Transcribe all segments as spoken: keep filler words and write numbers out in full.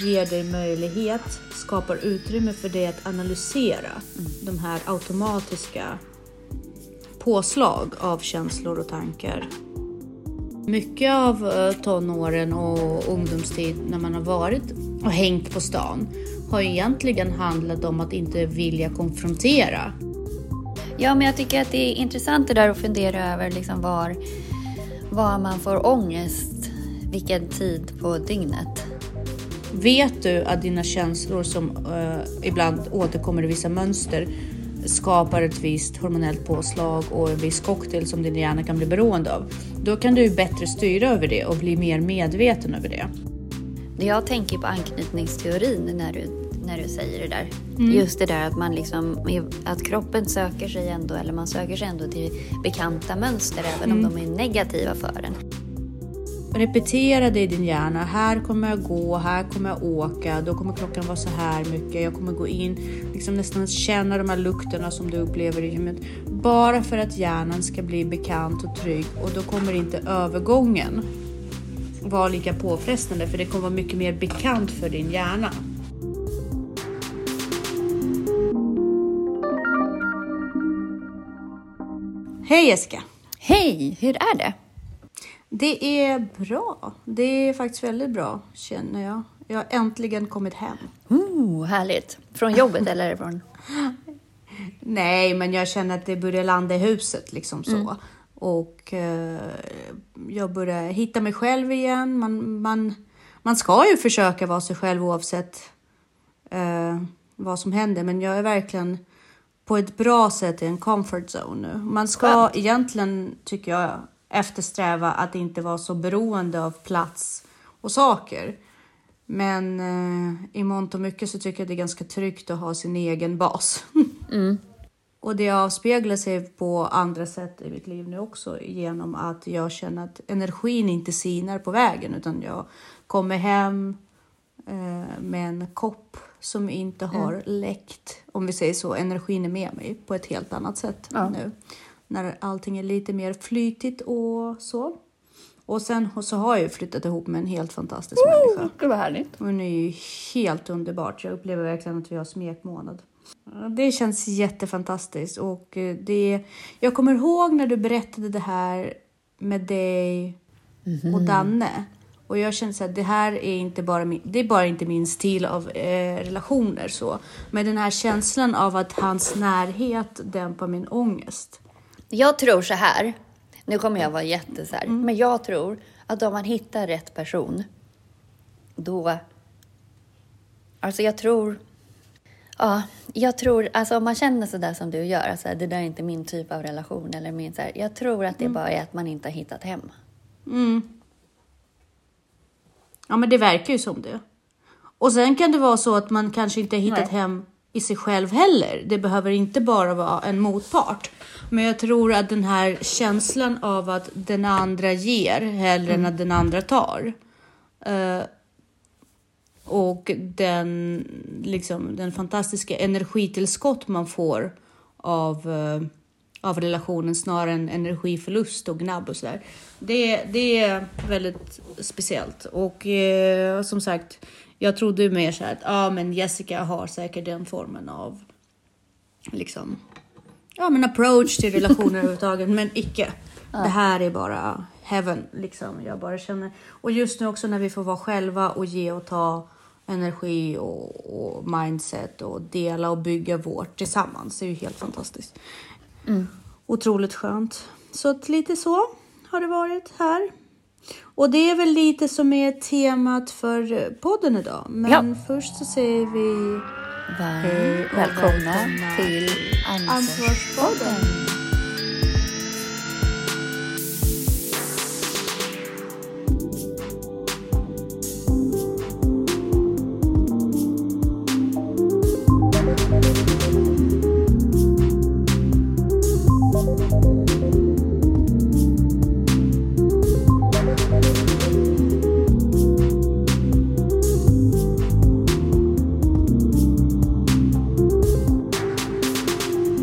ger dig möjlighet, skapar utrymme för dig att analysera mm. de här automatiska påslag av känslor och tankar. Mycket av tonåren och ungdomstid när man har varit och hängt på stan har egentligen handlat om att inte vilja konfrontera. Ja, men jag tycker att det är intressant det där att fundera över liksom var, var man får ångest, vilken tid på dygnet. Vet du att dina känslor som uh, ibland återkommer i vissa mönster skapar ett visst hormonellt påslag och en viss cocktail som din hjärna kan bli beroende av, då kan du bättre styra över det och bli mer medveten över det. Jag tänker på anknytningsteorin när du, när du säger det där. Mm. Just det där att, man liksom, att kroppen söker sig ändå, eller man söker sig ändå till bekanta mönster även mm. om de är negativa för en. Repetera det i din hjärna. Här kommer jag gå, här kommer jag åka. Då kommer klockan vara så här mycket. Jag kommer gå in, liksom nästan känna de här lukterna som du upplever i hemmet. Bara för att hjärnan ska bli bekant och trygg. Och då kommer inte övergången vara lika påfrestande. För det kommer vara mycket mer bekant för din hjärna. Hej Jessica! Hej, hur är det? Det är bra. Det är faktiskt väldigt bra, känner jag. Jag har äntligen kommit hem. Oh, härligt. Från jobbet eller från? Nej, men jag känner att det börjar landa i huset liksom så. Mm. Och eh, jag börjar hitta mig själv igen. Man, man, man ska ju försöka vara sig själv oavsett eh, vad som händer. Men jag är verkligen på ett bra sätt i en comfort zone nu. Man ska Skönt. egentligen, tycker jag, eftersträva att inte vara så beroende av plats och saker. Men eh, i mångt och mycket så tycker jag det är ganska tryggt att ha sin egen bas. Mm. Och det avspeglar sig på andra sätt i mitt liv nu också. Genom att jag känner att energin inte sinar på vägen. Utan jag kommer hem eh, med en kopp som inte har mm. läckt. Om vi säger så, energin är med mig på ett helt annat sätt ja. nu. När allting är lite mer flytigt och så. Och sen så har jag ju flyttat ihop med en helt fantastisk oh, människa. Det var härligt. Hon är ju helt underbart. Jag upplever verkligen att vi har smekmånad. Det känns jättefantastiskt. Och det, jag kommer ihåg när du berättade det här med dig mm-hmm. och Danne. Och jag känner så att det här är inte bara min, det är bara inte min stil av eh, relationer så. Men den här känslan av att hans närhet dämpar min ångest. Jag tror så här, nu kommer jag vara jättesär, mm. men jag tror att om man hittar rätt person, då, alltså jag tror, ja, jag tror, alltså om man känner så där som du gör, alltså det där är inte min typ av relation, eller min så här, jag tror att det mm. bara är att man inte har hittat hem. Mm. Ja, men det verkar ju som det. Och sen kan det vara så att man kanske inte har hittat Nej. hem i sig själv heller. Det behöver inte bara vara en motpart. Men jag tror att den här känslan av att den andra ger hellre mm. än att den andra tar. Uh, och den, liksom, den fantastiska energitillskott man får av, uh, av relationen snarare än energiförlust och gnabb och sådär. Det, det är väldigt speciellt. Och uh, som sagt, jag trodde mer så här att ja, men Jessica har säkert den formen av liksom, ja, men approach till relationer överhuvudtaget, men icke. Ja. Det här är bara heaven liksom. Jag bara känner, och just nu också när vi får vara själva och ge och ta energi och, och mindset och dela och bygga vårt tillsammans, det är ju helt fantastiskt. Mm. Otroligt skönt. Så att lite så har det varit här. Och det är väl lite som är temat för podden idag. Men ja. först så säger vi hej och välkomna, välkomna till Ansvarspodden.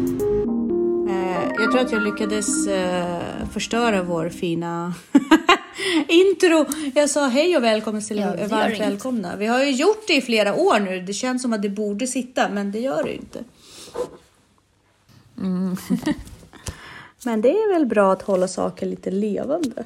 Jag tror att jag lyckades uh, förstöra vår fina Intro. Jag sa hej och välkommen till Ja, varmt välkomna. Vi har ju gjort det i flera år nu. Det känns som att det borde sitta, men det gör det inte. Mm. Men det är väl bra att hålla saker lite levande.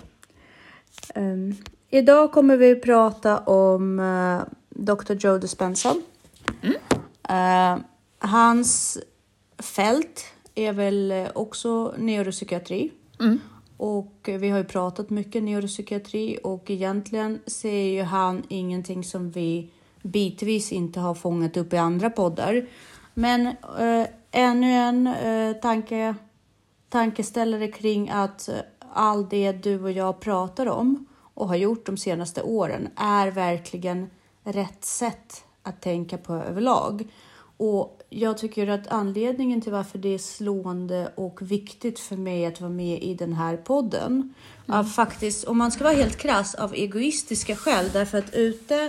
Um, idag kommer vi prata om uh, doktor Joe Dispenza. Mm. Uh, hans fält är väl också neuropsykiatri. Mm. Och vi har ju pratat mycket neuropsykiatri och egentligen ser ju han ingenting som vi bitvis inte har fångat upp i andra poddar. Men uh, ännu en uh, tanke, tankeställare kring att all det du och jag pratar om och har gjort de senaste åren är verkligen rätt sätt att tänka på överlag. Och jag tycker att anledningen till varför det är slående och viktigt för mig att vara med i den här podden mm. av faktiskt, om man ska vara helt krass, av egoistiska skäl. Därför att ute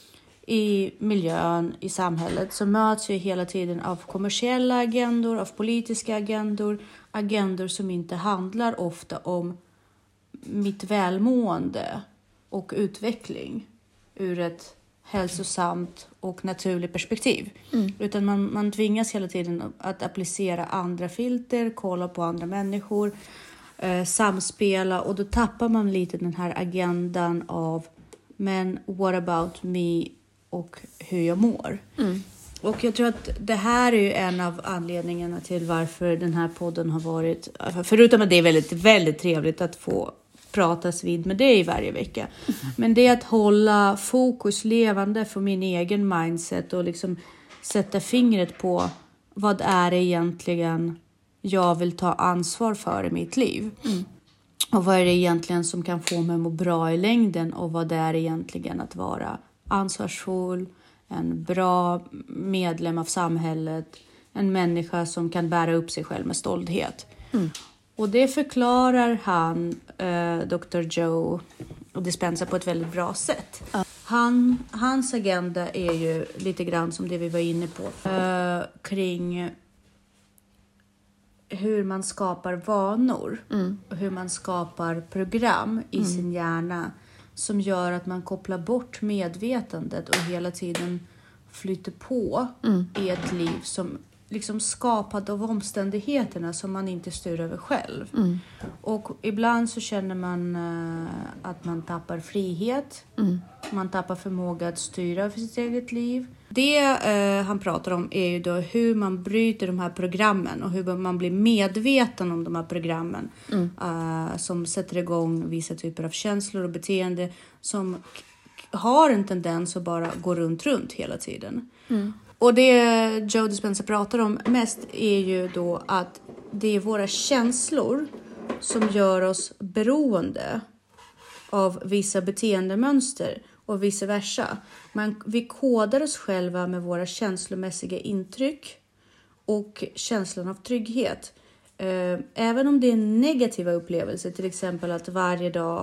i miljön, i samhället, så möts vi hela tiden av kommersiella agendor, av politiska agendor, agendor som inte handlar ofta om mitt välmående och utveckling ur ett hälsosamt och naturligt perspektiv. Mm. Utan man, man tvingas hela tiden att applicera andra filter, kolla på andra människor, eh, samspela, och då tappar man lite den här agendan av men what about me och hur jag mår. Mm. Och jag tror att det här är ju en av anledningarna till varför den här podden har varit, förutom att det är väldigt, väldigt trevligt att få pratas vid med det i varje vecka. Men det är att hålla fokus levande för min egen mindset och liksom sätta fingret på vad är det egentligen jag vill ta ansvar för i mitt liv. Mm. Och vad är det egentligen som kan få mig att må bra i längden, och vad det är egentligen att vara ansvarsfull, en bra medlem av samhället, en människa som kan bära upp sig själv med stolthet. Mm. Och det förklarar han, eh, doktor Joe Dispenza, på ett väldigt bra sätt. Ja. Han, hans agenda är ju lite grann som det vi var inne på. Eh, kring hur man skapar vanor. Mm. Och hur man skapar program i mm. sin hjärna. Som gör att man kopplar bort medvetandet och hela tiden flyter på mm. i ett liv som liksom skapad av omständigheterna som man inte styr över själv. Mm. Och ibland så känner man uh, att man tappar frihet. Mm. Man tappar förmåga att styra för sitt eget liv. Det uh, han pratar om är ju då hur man bryter de här programmen och hur man blir medveten om de här programmen. Mm. Uh, som sätter igång vissa typer av känslor och beteende som k- har en tendens att bara gå runt runt hela tiden. Mm. Och det Joe Dispenza pratar om mest är ju då att det är våra känslor som gör oss beroende av vissa beteendemönster och vice versa. Man, vi kodar oss själva med våra känslomässiga intryck och känslan av trygghet. Även om det är negativa upplevelser, till exempel att varje dag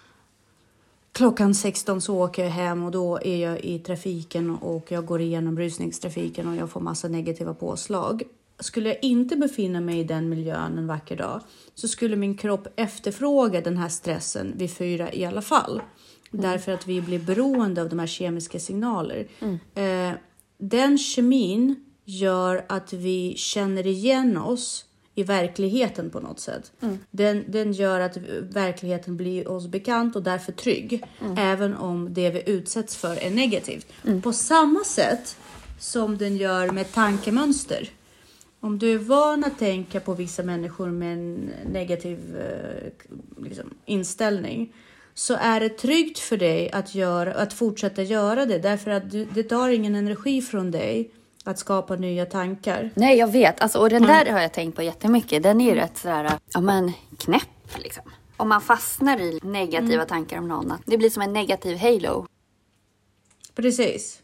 klockan sexton så åker jag hem och då är jag i trafiken och jag går igenom rusningstrafiken och jag får massa negativa påslag. Skulle jag inte befinna mig i den miljön en vacker dag så skulle min kropp efterfråga den här stressen vid fyra i alla fall. Mm. Därför att vi blir beroende av de här kemiska signaler. Mm. Eh, den kemin gör att vi känner igen oss i verkligheten på något sätt. Mm. Den, den gör att verkligheten blir oss bekant och därför trygg. Mm. Även om det vi utsätts för är negativt. Mm. På samma sätt som den gör med tankemönster. Om du är van att tänka på vissa människor med en negativ liksom, inställning. Så är det tryggt för dig att, göra, att fortsätta göra det. Därför att du, det tar ingen energi från dig att skapa nya tankar. Nej, jag vet. Alltså, och den där mm. har jag tänkt på jättemycket. Den är ju rätt sådär, ja men knäpp liksom. Om man fastnar i negativa mm. tankar om någon. Det blir som en negativ halo. Precis.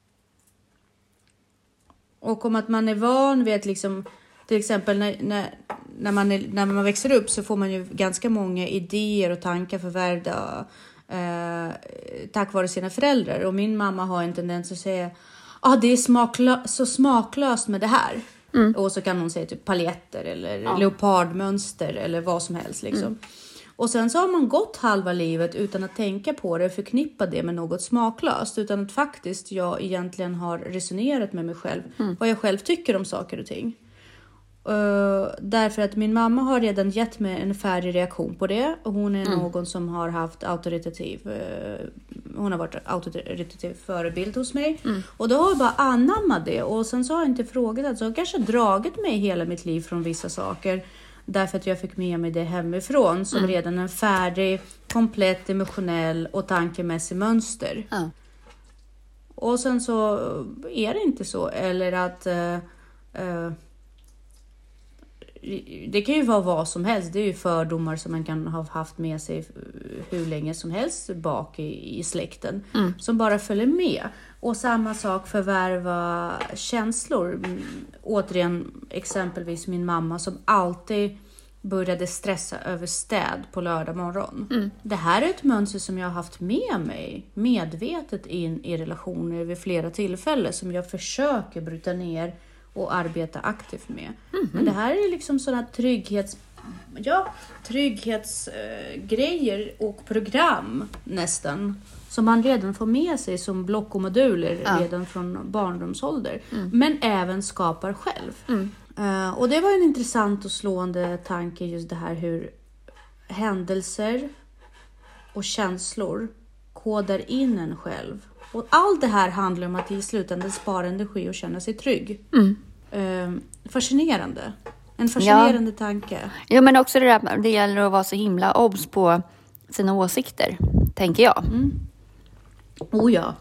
Och om att man är van vid att liksom, till exempel när, när, när, man är, när man växer upp så får man ju ganska många idéer och tankar förvärvda eh, tack vare sina föräldrar. Och min mamma har en tendens att säga ah, det är smaklö- så smaklöst med det här. Mm. Och så kan hon säga typ paljetter eller ja. leopardmönster eller vad som helst liksom. Mm. Och sen så har man gått halva livet utan att tänka på det och förknippa det med något smaklöst. Utan att faktiskt jag egentligen har resonerat med mig själv. Mm. Vad jag själv tycker om saker och ting. Uh, därför att min mamma har redan gett mig en färdig reaktion på det. Och hon är mm. någon som har haft auktoritativ uh, hon har varit auktoritativ förebild hos mig. Mm. Och då har jag bara anammat det. Och sen så har jag inte frågat. Alltså, jag har kanske dragit mig hela mitt liv från vissa saker. Därför att jag fick med mig det hemifrån. Som mm. redan en färdig, komplett, emotionell och tankemässig mönster. Mm. Och sen så är det inte så. Eller att... Uh, uh, det kan ju vara vad som helst. Det är ju fördomar som man kan ha haft med sig hur länge som helst bak i, i släkten. Mm. Som bara följer med. Och samma sak förvärva känslor. Återigen exempelvis min mamma som alltid började stressa över städ på lördag morgon. Mm. Det här är ett mönster som jag har haft med mig medvetet in i relationer vid flera tillfällen. Som jag försöker bryta ner och arbeta aktivt med. Mm-hmm. Men det här är liksom sådana trygghets, ja, trygghetsgrejer eh, och program nästan. Som man redan får med sig som block och moduler ja. redan från barndomsålder. Mm. Men även skapar själv. Mm. Uh, och det var en intressant och slående tanke just det här hur händelser och känslor kodar in en själv. Och allt det här handlar om att i slutändan spara energi och känna sig trygg. Mm. Uh, fascinerande. En fascinerande ja. tanke. Ja, men också det där, det gäller att vara så himla obs på sina åsikter, tänker jag. Mm. Oh ja.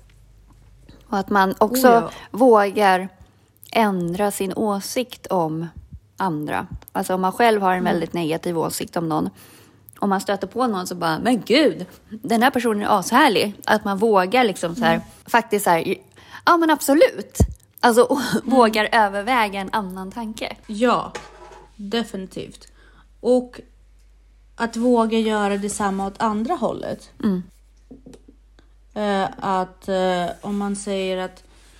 Och att man också oh ja. vågar ändra sin åsikt om andra. Alltså om man själv har en mm. väldigt negativ åsikt om någon. Om man stöter på någon så bara, men gud, den här personen är ashärlig. Att man vågar liksom så här, mm. faktiskt så här, ja men absolut. Alltså mm. vågar överväga en annan tanke. Ja, definitivt. Och att våga göra detsamma åt andra hållet. Mm. Uh, att uh, om man säger att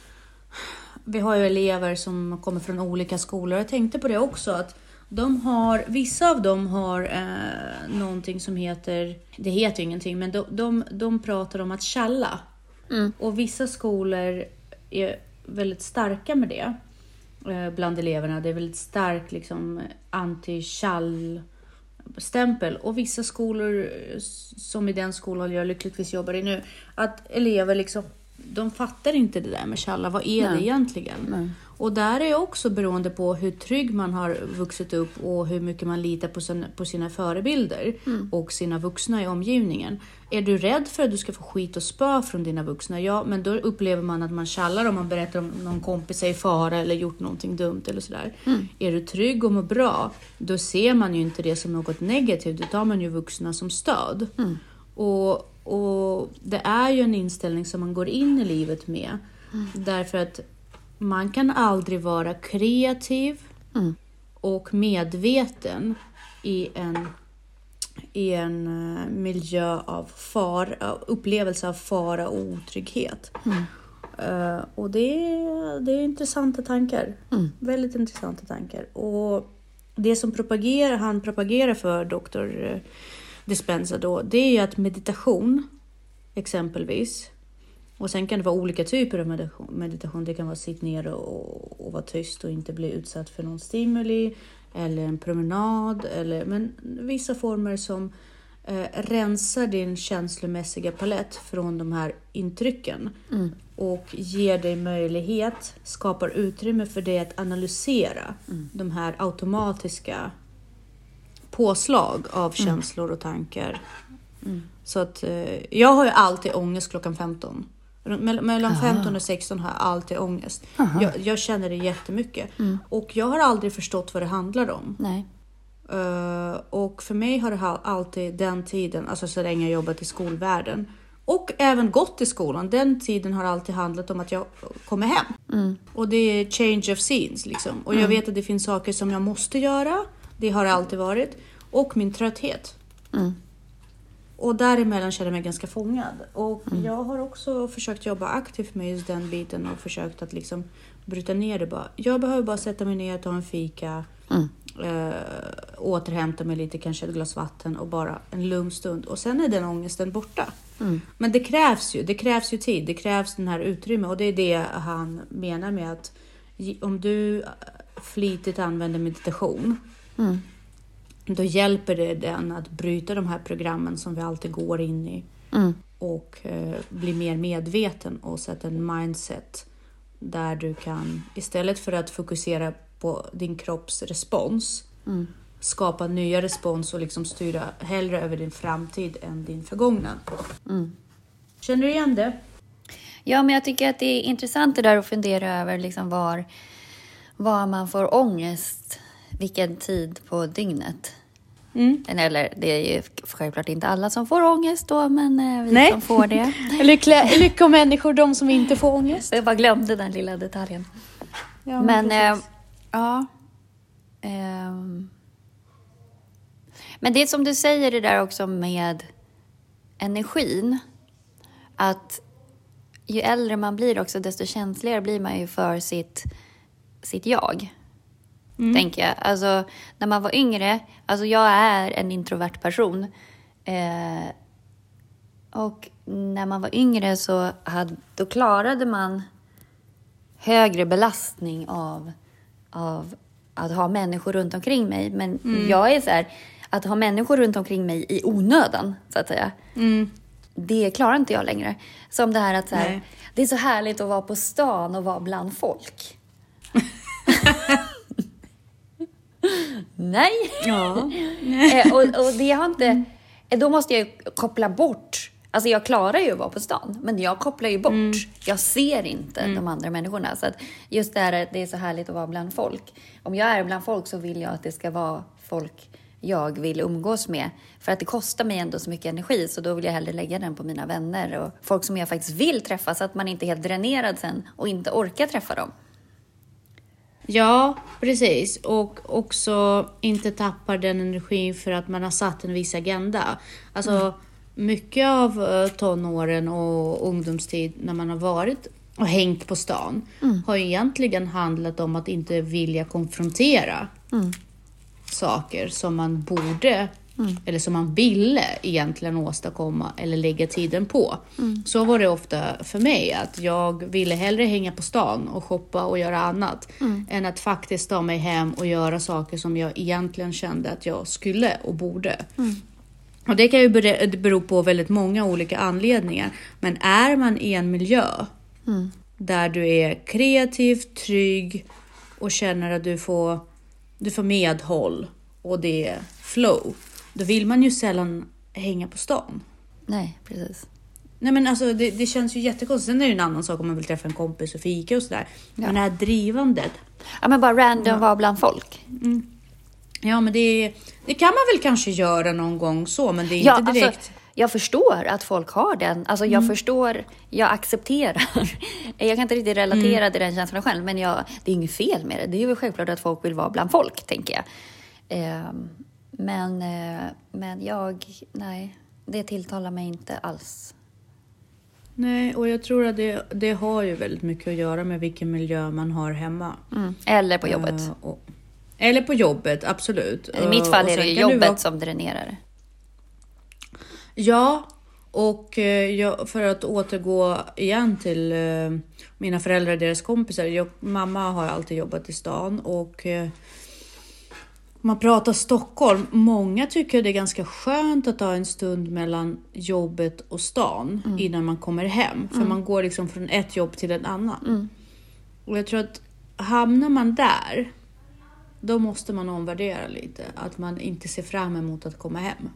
vi har ju elever som kommer från olika skolor. Jag tänkte på det också att de har, vissa av dem har uh, någonting som heter, det heter ju ingenting, men de, de, de pratar om att tjalla. Mm. Och vissa skolor är väldigt starka med det uh, bland eleverna. Det är väldigt stark liksom anti-tjall stämpel. Och vissa skolor, som i den skolan jag lyckligtvis jobbar i nu, att elever liksom, de fattar inte det där med tjalla. Vad är Nej. det egentligen? Nej. Och där är också beroende på hur trygg man har vuxit upp och hur mycket man litar på sina, på sina förebilder mm. och sina vuxna i omgivningen. Är du rädd för att du ska få skit och spö från dina vuxna? Ja, men då upplever man att man tjallar om man berättar om någon kompis är i fara eller gjort någonting dumt eller sådär. Mm. Är du trygg och mår bra, då ser man ju inte det som något negativt. Då tar man ju vuxna som stöd. Mm. Och, och det är ju en inställning som man går in i livet med. Mm. Därför att man kan aldrig vara kreativ mm. och medveten i en, i en miljö av fara, upplevelse av fara och otrygghet. Mm. Uh, och det är, det är intressanta tankar. Mm. Väldigt intressanta tankar. Och det som propagerar, han propagerar för, doktor Dispenza då, det är ju att meditation exempelvis. Och sen kan det vara olika typer av meditation. meditation. Det kan vara sitt ner och, och vara tyst och inte bli utsatt för någon stimuli. Eller en promenad. Eller, men vissa former som eh, rensar din känslomässiga palett från de här intrycken. Mm. Och ger dig möjlighet, skapar utrymme för dig att analysera mm. de här automatiska påslag av känslor och tankar. Mm. Så att eh, jag har ju alltid ångest klockan femton. Mellan femton och sexton har jag alltid ångest. Jag, jag känner det jättemycket. Mm. Och jag har aldrig förstått vad det handlar om. Nej. Uh, och för mig har det alltid den tiden, alltså så länge jag jobbat i skolvärlden. Och även gått i skolan. Den tiden har alltid handlat om att jag kommer hem. Mm. Och det är change of scenes liksom. Och mm. jag vet att det finns saker som jag måste göra. Det har det alltid varit. Och min trötthet. Mm. Och däremellan känner jag mig ganska fångad. Och mm. jag har också försökt jobba aktivt med just den biten. Och försökt att liksom bryta ner det bara. Jag behöver bara sätta mig ner och ta en fika. Mm. äh, återhämta mig lite, kanske ett glas vatten och bara en lugn stund. Och sen är den ångesten borta. Mm. Men det krävs ju, det krävs ju tid, det krävs den här utrymme. Och det är det han menar med att om du flitigt använder meditation, mm. då hjälper det den att bryta de här programmen som vi alltid går in i. Mm. Och eh, bli mer medveten och sätta en mindset där du kan, istället för att fokusera på din kropps respons, mm. skapa nya respons och liksom styra hellre över din framtid än din förgångna. Mm. Känner du igen det? Ja, men jag tycker att det är intressant det där att fundera över liksom var, var man får ångest, vilken tid på dygnet. Mm. Eller det är ju självklart inte alla som får ångest då, men vi Nej. som får det. Lyckliga, lyckliga människor, de som inte får ångest. Jag bara glömde den lilla detaljen. Ja, men men äh, ja. Ähm. Men det är som du säger det där också med energin. Att ju äldre man blir också, desto känsligare blir man ju för sitt, sitt jag. Mm. Tänker jag. Alltså, när man var yngre, alltså jag är en introvert person. Eh, och när man var yngre så hade, då klarade man högre belastning av, av att ha människor runt omkring mig. Men mm. jag är så här, att ha människor runt omkring mig i onödan, så att säga. Mm. Det klarar inte jag längre. Som det här att så här, det är så härligt att vara på stan och vara bland folk. Nej. Ja. eh, och, och det har inte... Då måste jag koppla bort. Alltså jag klarar ju att vara på stan, men jag kopplar ju bort. Mm. Jag ser inte mm. de andra människorna. Så att just det här, det är så härligt att vara bland folk. Om jag är bland folk så vill jag att det ska vara folk jag vill umgås med. För att det kostar mig ändå så mycket energi, så då vill jag hellre lägga den på mina vänner och folk som jag faktiskt vill träffa, så att man inte är helt dränerad sen och inte orkar träffa dem. Ja, precis. Och också inte tappar den energin för att man har satt en viss agenda. Alltså mm. mycket av tonåren och ungdomstid när man har varit och hängt på stan mm. har egentligen handlat om att inte vilja konfrontera mm. saker som man borde mm. eller som man ville egentligen åstadkomma eller lägga tiden på. Mm. Så var det ofta för mig, att jag ville hellre hänga på stan och shoppa och göra annat mm. än att faktiskt ta mig hem och göra saker som jag egentligen kände att jag skulle och borde. Mm. Och det kan ju bero på väldigt många olika anledningar. Men är man i en miljö mm. där du är kreativ, trygg och känner att du får, du får medhåll och det är flow, då vill man ju sällan hänga på stan. Nej, precis. Nej, men alltså det, det känns ju jättekonstigt. Sen är det en annan sak om man vill träffa en kompis och fika och sådär. Ja. Men det här drivandet. Ja, men bara random ja. Vara bland folk. Mm. Ja, men det, det kan man väl kanske göra någon gång så, men det är ja, inte direkt. Alltså, jag förstår att folk har den. Alltså jag mm. förstår, jag accepterar. Jag kan inte riktigt relatera mm. till den känslan själv, men jag, det är inget fel med det. Det är ju självklart att folk vill vara bland folk, tänker jag. Um, Men, men jag, nej, det tilltalar mig inte alls. Nej, och jag tror att det, det har ju väldigt mycket att göra med vilken miljö man har hemma. Mm. Eller på jobbet. Uh, och, eller på jobbet, absolut. I mitt fall uh, är det ju jobbet vara... som dränerar. Ja, och uh, jag, för att återgå igen till uh, mina föräldrar och deras kompisar. Jag, mamma har alltid jobbat i stan och... Uh, man pratar Stockholm. Många tycker det är ganska skönt att ta en stund mellan jobbet och stan mm. innan man kommer hem. För mm. man går liksom från ett jobb till en annan. Mm. Och jag tror att hamnar man där, då måste man omvärdera lite. Att man inte ser fram emot att komma hem.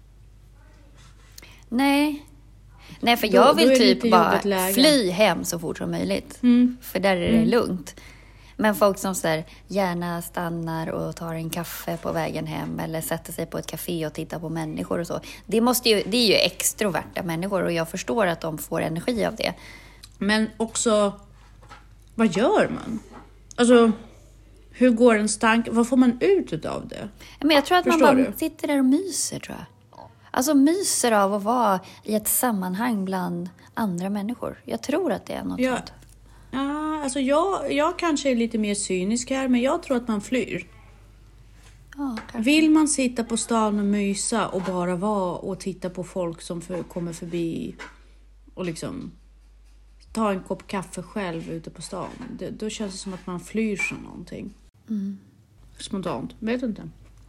Nej. Nej, för jag då, vill då typ bara fly hem så fort som möjligt. Mm. För där är det mm. lugnt. Men folk som så här, gärna stannar och tar en kaffe på vägen hem eller sätter sig på ett café och tittar på människor och så. Det, måste ju, det är ju extroverta människor och jag förstår att de får energi av det. Men också, vad gör man? Alltså, hur går en stank? Vad får man ut av det? Men jag tror att förstår man bara du? Sitter där och myser, tror jag. Alltså myser av att vara i ett sammanhang bland andra människor. Jag tror att det är något ja. sånt. Ja, alltså jag, jag kanske är lite mer cynisk här, men jag tror att man flyr. Ja, Vill man sitta på stan och mysa och bara vara och titta på folk som för, kommer förbi och liksom ta en kopp kaffe själv ute på stan, det, då känns det som att man flyr från någonting. Mm. Spontant, vet inte.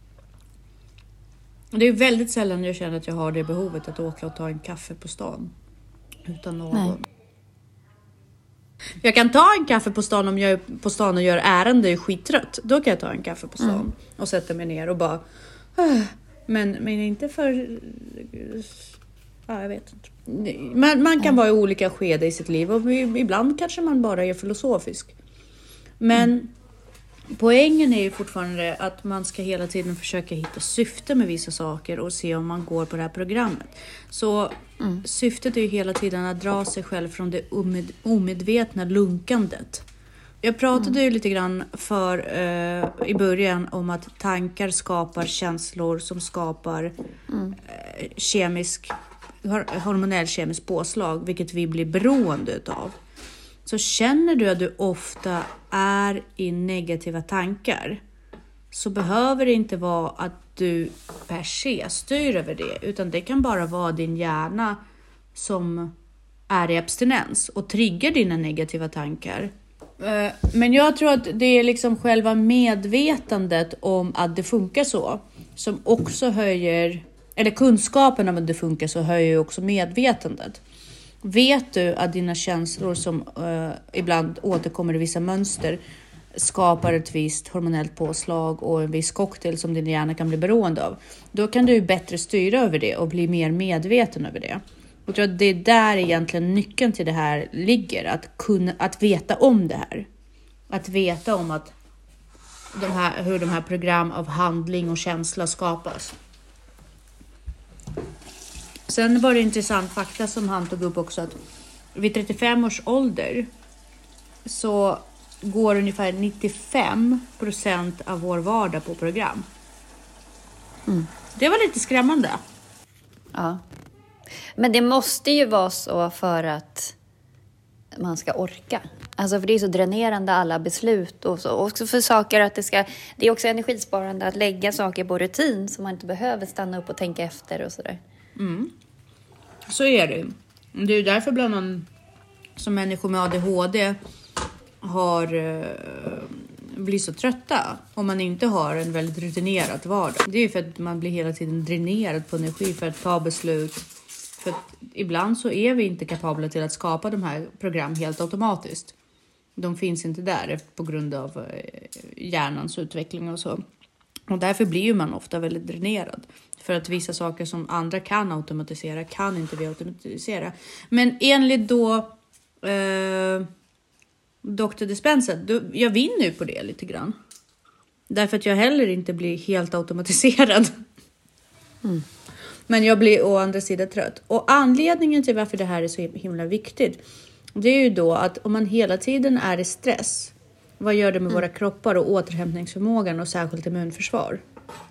Det är väldigt sällan jag känner att jag har det behovet att åka och ta en kaffe på stan utan någon. Nej. Jag kan ta en kaffe på stan om jag är på stan och gör ärende och är skittrött. Då kan jag ta en kaffe på stan mm. och sätta mig ner och bara... Men, men inte för... Ja, jag vet inte. Man, man kan mm. vara i olika skede i sitt liv och ibland kanske man bara är filosofisk. Men mm. poängen är ju fortfarande att man ska hela tiden försöka hitta syfte med vissa saker och se om man går på det här programmet. Så mm. syftet är ju hela tiden att dra sig själv från det omed- omedvetna lunkandet. Jag pratade mm. ju lite grann för eh, i början om att tankar skapar känslor som skapar mm. eh, kemisk, hormonell kemisk påslag, vilket vi blir beroende utav. Så känner du att du ofta är i negativa tankar, så behöver det inte vara att du per se styr över det, utan det kan bara vara din hjärna som är i abstinens och triggar dina negativa tankar. Men jag tror att det är liksom själva medvetandet om att det funkar så som också höjer, eller kunskapen om att det funkar så höjer också medvetandet. Vet du att dina känslor som uh, ibland återkommer i vissa mönster skapar ett visst hormonellt påslag och en viss cocktail som din hjärna kan bli beroende av, då kan du bättre styra över det och bli mer medveten över det. Jag tror att det är där egentligen nyckeln till det här ligger, att kunna, att veta om det här. Att veta om att de här, hur de här program av handling och känsla skapas. Sen var det intressant fakta som han tog upp också, att vid trettiofem års ålder så går ungefär nittiofem procent av vår vardag på program. Mm. Det var lite skrämmande. Ja. Men det måste ju vara så för att man ska orka. Alltså för det är så dränerande alla beslut och så. Och också för saker att det ska... Det är också energisparande att lägga saker på rutin så man inte behöver stanna upp och tänka efter och sådär. Mm. Så är det. Det är ju därför bland annat som människor med A D H D har uh, blir så trötta om man inte har en väldigt rutinerad vardag. Det är ju för att man blir hela tiden dränerad på energi för att ta beslut. För att ibland så är vi inte kapabla till att skapa de här program helt automatiskt. De finns inte där på grund av hjärnans utveckling och så. Och därför blir ju man ofta väldigt dränerad. För att vissa saker som andra kan automatisera kan inte vi automatisera. Men enligt då eh, doktor Dispenza, då, jag vinner ju på det lite grann. Därför att jag heller inte blir helt automatiserad. Mm. Men jag blir å andra sidan trött. Och anledningen till varför det här är så himla viktigt, det är ju då att om man hela tiden är i stress, vad gör det med mm. våra kroppar och återhämtningsförmågan och särskilt immunförsvar?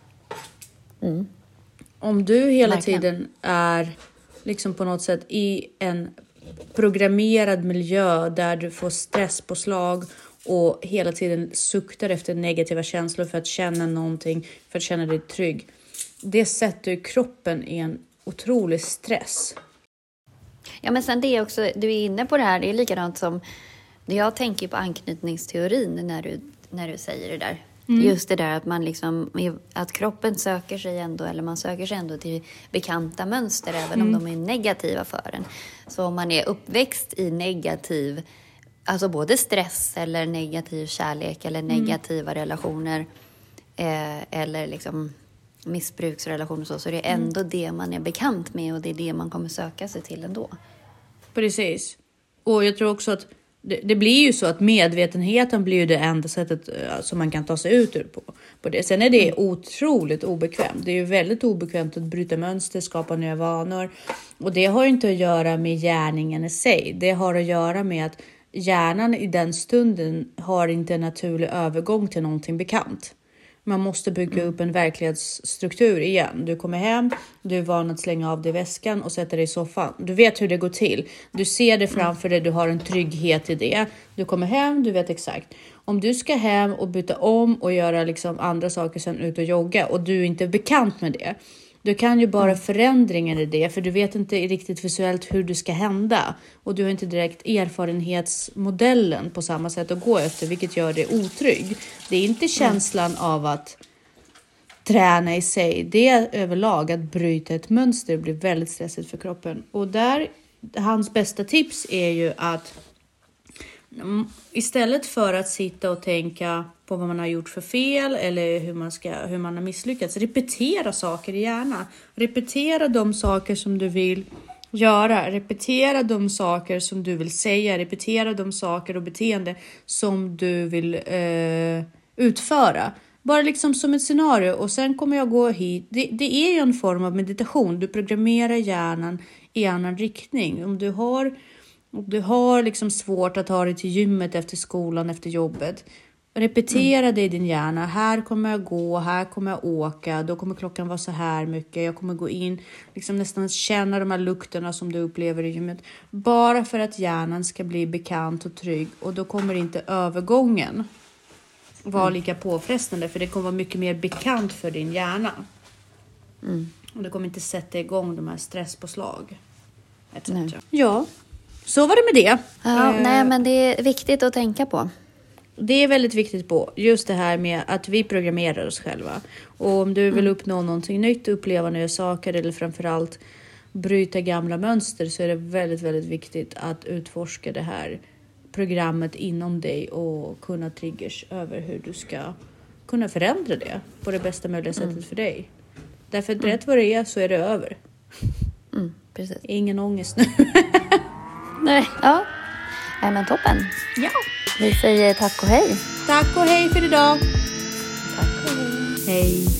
Mm. Om du hela Verkligen. tiden är liksom på något sätt i en programmerad miljö där du får stresspåslag och hela tiden suktar efter negativa känslor för att känna någonting, för att känna dig trygg. Det sätter ju kroppen i en otrolig stress. Ja, men sen det är också, du är inne på det här, det är likadant som jag tänker på anknytningsteorin när du, när du säger det där. Mm. Just det där att man liksom, att kroppen söker sig ändå, eller man söker sig ändå till bekanta mönster även mm. om de är negativa för en. Så om man är uppväxt i negativ, alltså både stress eller negativ kärlek eller negativa mm. relationer eh, eller liksom missbruksrelationer och så, så det är ändå mm. det man är bekant med och det är det man kommer söka sig till ändå. Precis. Och jag tror också att det, det blir ju så att medvetenheten blir ju det enda sättet som man kan ta sig ut ur på, på det. Sen är det mm. otroligt obekvämt. Det är ju väldigt obekvämt att bryta mönster, skapa nya vanor. Och det har ju inte att göra med gärningen i sig. Det har att göra med att hjärnan i den stunden har inte en naturlig övergång till någonting bekant. Man måste bygga upp en verklighetsstruktur igen. Du kommer hem, du är van att slänga av dig väskan och sätta dig i soffan. Du vet hur det går till. Du ser det framför dig, du har en trygghet i det. Du kommer hem, du vet exakt. Om du ska hem och byta om och göra liksom andra saker, sen ut och jogga och du är inte bekant med det. Du kan ju bara förändringar i det, för du vet inte riktigt visuellt hur det ska hända. Och du har inte direkt erfarenhetsmodellen på samma sätt att gå efter, vilket gör det otrygg. Det är inte känslan mm. av att träna i sig. Det är överlag att bryta ett mönster blir väldigt stressigt för kroppen. Och där, hans bästa tips är ju att istället för att sitta och tänka på vad man har gjort för fel eller hur man, ska, hur man har misslyckats, repetera saker i hjärnan. Repetera de saker som du vill göra. Repetera de saker som du vill säga. Repetera de saker och beteende som du vill eh, utföra. Bara liksom som ett scenario. Och sen kommer jag gå hit. Det, det är ju en form av meditation. Du programmerar hjärnan i annan riktning. Om du har... Och du har liksom svårt att ta dig till gymmet efter skolan, efter jobbet. Repetera mm. det i din hjärna. Här kommer jag gå, här kommer jag åka. Då kommer klockan vara så här mycket. Jag kommer gå in, liksom nästan känna de här lukterna som du upplever i gymmet. Bara för att hjärnan ska bli bekant och trygg. Och då kommer inte övergången vara lika påfrestande. För det kommer vara mycket mer bekant för din hjärna. Mm. Och det kommer inte sätta igång de här stresspåslag. et cetera. Ja. Så var det med det. Ja, uh, nej, men det är viktigt att tänka på. Det är väldigt viktigt på just det här med att vi programmerar oss själva. Och om du vill uppnå någonting nytt, uppleva nya saker eller framförallt bryta gamla mönster, så är det väldigt, väldigt viktigt att utforska det här programmet inom dig och kunna triggers över hur du ska kunna förändra det på det bästa möjliga sättet mm. för dig. Därför att mm. rätt vad det är så är det över. Mm, precis. Ingen ångest nu. Nej, ja. Nej, men toppen. Ja. Vi säger tack och hej. Tack och hej för idag. Tack och hej. Hej.